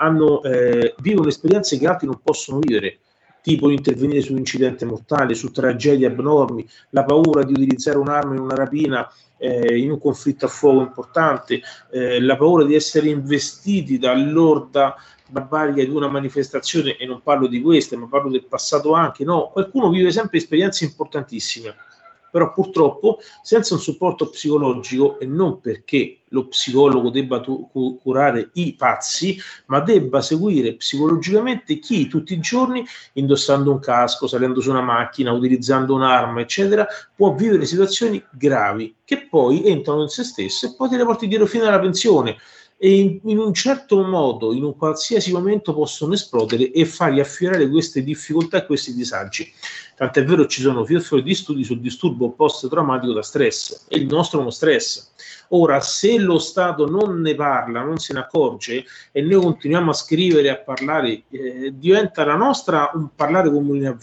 vivono esperienze che altri non possono vivere, tipo intervenire su incidente mortale, su tragedie abnormi, la paura di utilizzare un'arma in una rapina, in un conflitto a fuoco importante, la paura di essere investiti dall'orda barbaria di una manifestazione, e non parlo di queste, ma parlo del passato anche. No, qualcuno vive sempre esperienze importantissime, però purtroppo senza un supporto psicologico, e non perché lo psicologo debba curare i pazzi, ma debba seguire psicologicamente chi tutti i giorni, indossando un casco, salendo su una macchina, utilizzando un'arma, eccetera, può vivere situazioni gravi che poi entrano in se stesso e poi te le porti dietro fino alla pensione. E in un certo modo, in un qualsiasi momento, possono esplodere e fargli affiorare queste difficoltà e questi disagi. Tant'è vero, ci sono fior di studi sul disturbo post-traumatico da stress, e il nostro è uno stress. Ora, se lo Stato non ne parla, non se ne accorge, e noi continuiamo a scrivere e a parlare, diventa la nostra un parlare con mulini a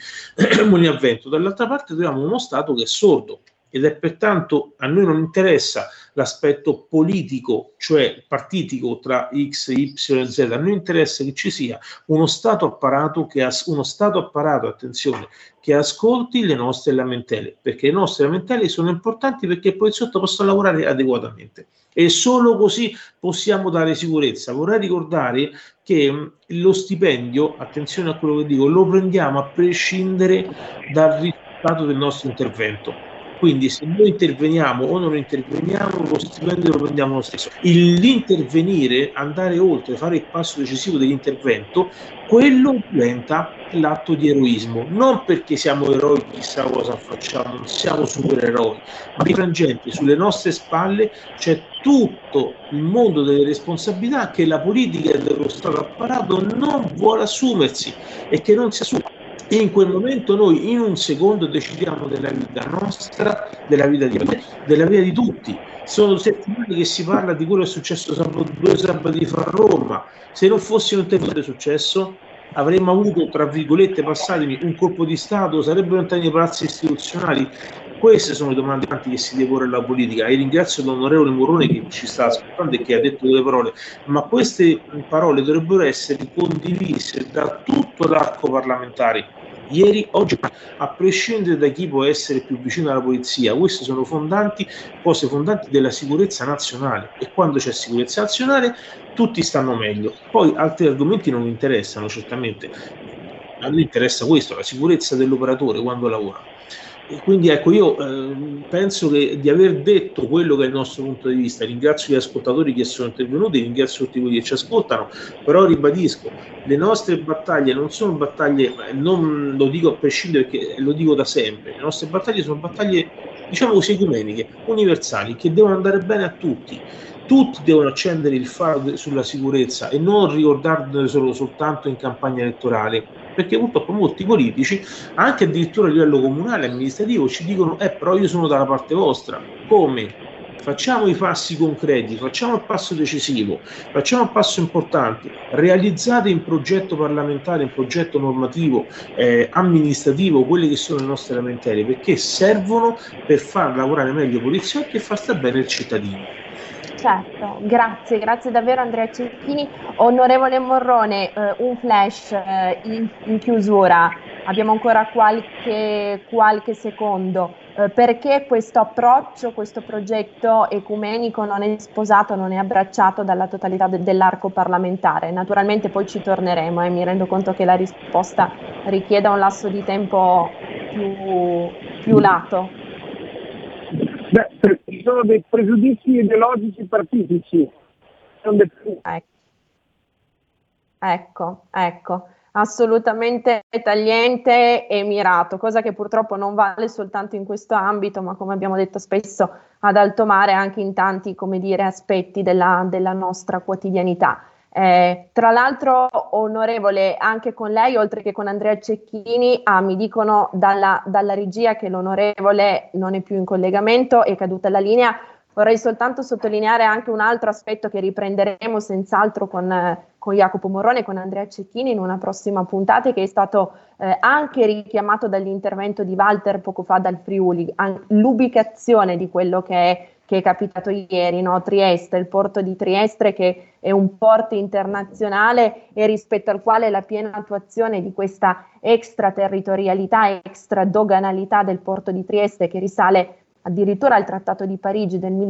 vento. Dall'altra parte troviamo uno Stato che è sordo, ed è pertanto a noi non interessa l'aspetto politico, cioè partitico tra X, Y e Z. A noi interessa che ci sia uno Stato apparato attenzione, che ascolti le nostre lamentele, perché le nostre lamentele sono importanti perché poi sotto possono lavorare adeguatamente, e solo così possiamo dare sicurezza. Vorrei ricordare che lo stipendio, attenzione a quello che dico, lo prendiamo a prescindere dal risultato del nostro intervento. Quindi se noi interveniamo o non interveniamo, lo stipendio lo prendiamo lo stesso. L'intervenire, andare oltre, fare il passo decisivo dell'intervento, quello diventa l'atto di eroismo, non perché siamo eroi chissà cosa facciamo, non siamo supereroi, ma di frangenti sulle nostre spalle c'è tutto il mondo delle responsabilità che la politica dello Stato apparato non vuole assumersi e che non si assume. E in quel momento noi in un secondo decidiamo della vita nostra, della vita di tutti. Sono settimane che si parla di quello che è successo due sabati fa a Roma. Se non fosse un tempo successo, avremmo avuto, tra virgolette, passatemi, un colpo di Stato, sarebbero entrati nei palazzi istituzionali. Queste sono le domande che si deve porre alla politica, e ringrazio l'onorevole Morrone che ci sta ascoltando e che ha detto delle parole, ma queste parole dovrebbero essere condivise da tutto l'arco parlamentare. Ieri, oggi, a prescindere da chi può essere più vicino alla polizia, queste sono cose fondanti della sicurezza nazionale, e quando c'è sicurezza nazionale tutti stanno meglio. Poi altri argomenti non interessano, certamente. A noi interessa questo, la sicurezza dell'operatore quando lavora. E quindi ecco, io penso di aver detto quello che è il nostro punto di vista. Ringrazio gli ascoltatori che sono intervenuti, ringrazio tutti quelli che ci ascoltano, però ribadisco, le nostre battaglie non sono battaglie, non lo dico a prescindere perché lo dico da sempre, le nostre battaglie sono battaglie, diciamo così, ecumeniche, universali, che devono andare bene a tutti. Tutti devono accendere il faro sulla sicurezza e non ricordarne soltanto in campagna elettorale, perché purtroppo molti politici, anche addirittura a livello comunale e amministrativo, ci dicono però io sono dalla parte vostra. Come? Facciamo i passi concreti, facciamo il passo decisivo, facciamo il passo importante, realizzate in progetto parlamentare, in progetto normativo, amministrativo, quelle che sono le nostre lamentele, perché servono per far lavorare meglio i poliziotti e far stare bene il cittadino. Certo, grazie davvero Andrea Cecchini. Onorevole Morrone, un flash in chiusura, abbiamo ancora qualche secondo. Perché questo approccio, questo progetto ecumenico non è sposato, non è abbracciato dalla totalità dell'arco parlamentare? Naturalmente poi ci torneremo e mi rendo conto che la risposta richieda un lasso di tempo più lato. Beh, ci sono dei pregiudizi ideologici partitici. Ecco. assolutamente tagliente e mirato, cosa che purtroppo non vale soltanto in questo ambito, ma come abbiamo detto spesso ad alto mare anche in tanti, come dire, aspetti della nostra quotidianità. Tra l'altro, onorevole, anche con lei, oltre che con Andrea Cecchini, mi dicono dalla regia che l'onorevole non è più in collegamento, è caduta la linea. Vorrei soltanto sottolineare anche un altro aspetto che riprenderemo senz'altro con Jacopo Morrone e con Andrea Cecchini in una prossima puntata, che è stato anche richiamato dall'intervento di Walter poco fa dal Friuli, l'ubicazione di quello che è capitato ieri, no? Trieste, il porto di Trieste, che è un porto internazionale e rispetto al quale la piena attuazione di questa extraterritorialità, extradoganalità del porto di Trieste, che risale addirittura al Trattato di Parigi del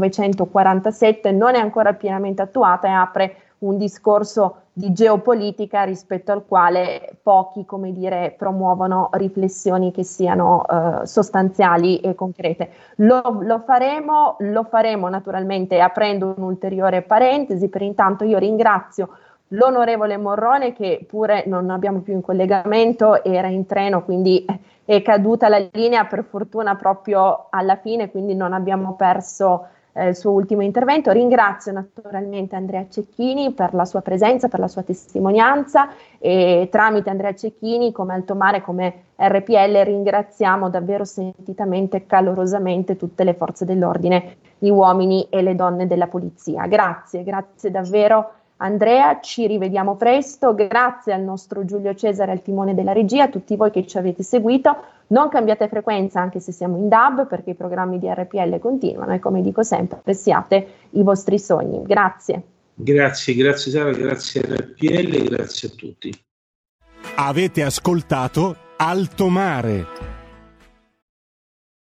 1947, non è ancora pienamente attuata e apre un discorso di geopolitica rispetto al quale pochi, come dire, promuovono riflessioni che siano sostanziali e concrete. Lo faremo naturalmente aprendo un'ulteriore parentesi. Per intanto io ringrazio l'onorevole Morrone, che pure non abbiamo più in collegamento, era in treno, quindi è caduta la linea per fortuna proprio alla fine, quindi non abbiamo perso il suo ultimo intervento. Ringrazio naturalmente Andrea Cecchini per la sua presenza, per la sua testimonianza, e tramite Andrea Cecchini, come Alto Mare, come RPL, ringraziamo davvero sentitamente, calorosamente tutte le forze dell'ordine, gli uomini e le donne della polizia. Grazie davvero Andrea, ci rivediamo presto, grazie al nostro Giulio Cesare al timone della regia, a tutti voi che ci avete seguito. Non cambiate frequenza anche se siamo in DAB, perché i programmi di RPL continuano e, come dico sempre, siate i vostri sogni. Grazie Sara, grazie RPL, grazie a tutti. Avete ascoltato Alto Mare.